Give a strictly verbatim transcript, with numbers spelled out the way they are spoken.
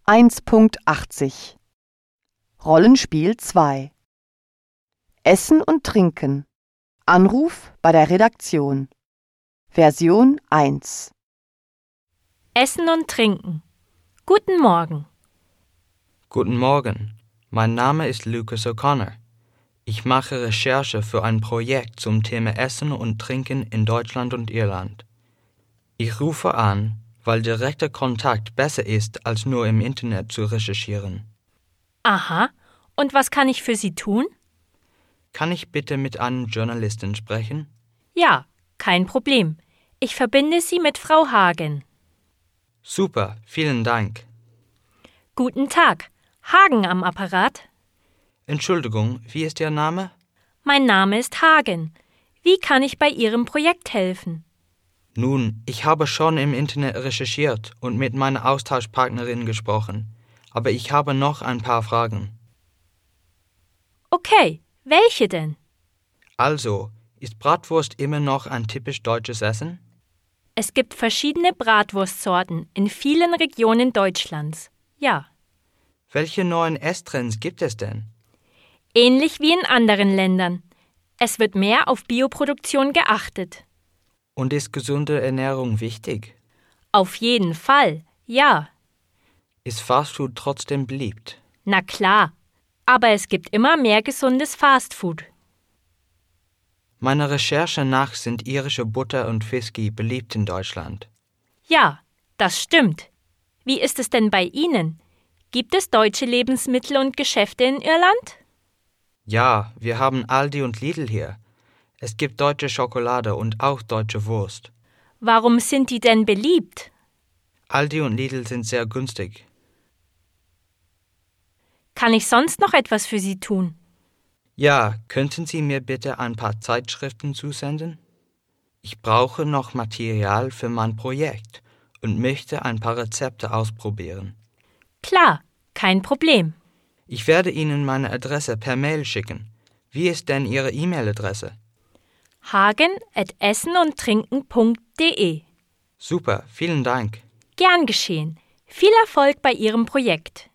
eins Punkt achtzig Rollenspiel zwei Essen und Trinken. Anruf bei der Redaktion. Version eins. Essen und Trinken. Guten Morgen. Guten Morgen. Mein Name ist Lucas O'Connor. Ich mache Recherche für ein Projekt zum Thema Essen und Trinken in Deutschland und Irland. Ich rufe an, weil direkter Kontakt besser ist, als nur im Internet zu recherchieren. Aha. Und was kann ich für Sie tun? Kann ich bitte mit einem Journalisten sprechen? Ja, kein Problem. Ich verbinde Sie mit Frau Hagen. Super, vielen Dank. Guten Tag. Hagen am Apparat? Entschuldigung, wie ist Ihr Name? Mein Name ist Hagen. Wie kann ich bei Ihrem Projekt helfen? Nun, ich habe schon im Internet recherchiert und mit meiner Austauschpartnerin gesprochen, aber ich habe noch ein paar Fragen. Okay, welche denn? Also, ist Bratwurst immer noch ein typisch deutsches Essen? Es gibt verschiedene Bratwurstsorten in vielen Regionen Deutschlands. Ja. Welche neuen Esstrends gibt es denn? Ähnlich wie in anderen Ländern. Es wird mehr auf Bioproduktion geachtet. Und ist gesunde Ernährung wichtig? Auf jeden Fall, ja. Ist Fastfood trotzdem beliebt? Na klar. Aber es gibt immer mehr gesundes Fastfood. Meiner Recherche nach sind irische Butter und Whisky beliebt in Deutschland. Ja, das stimmt. Wie ist es denn bei Ihnen? Gibt es deutsche Lebensmittel und Geschäfte in Irland? Ja, wir haben Aldi und Lidl hier. Es gibt deutsche Schokolade und auch deutsche Wurst. Warum sind die denn beliebt? Aldi und Lidl sind sehr günstig. Kann ich sonst noch etwas für Sie tun? Ja, könnten Sie mir bitte ein paar Zeitschriften zusenden? Ich brauche noch Material für mein Projekt und möchte ein paar Rezepte ausprobieren. Klar, kein Problem. Ich werde Ihnen meine Adresse per Mail schicken. Wie ist denn Ihre E-Mail-Adresse? hagen at essen und trinken punkt de. Super, vielen Dank. Gern geschehen. Viel Erfolg bei Ihrem Projekt.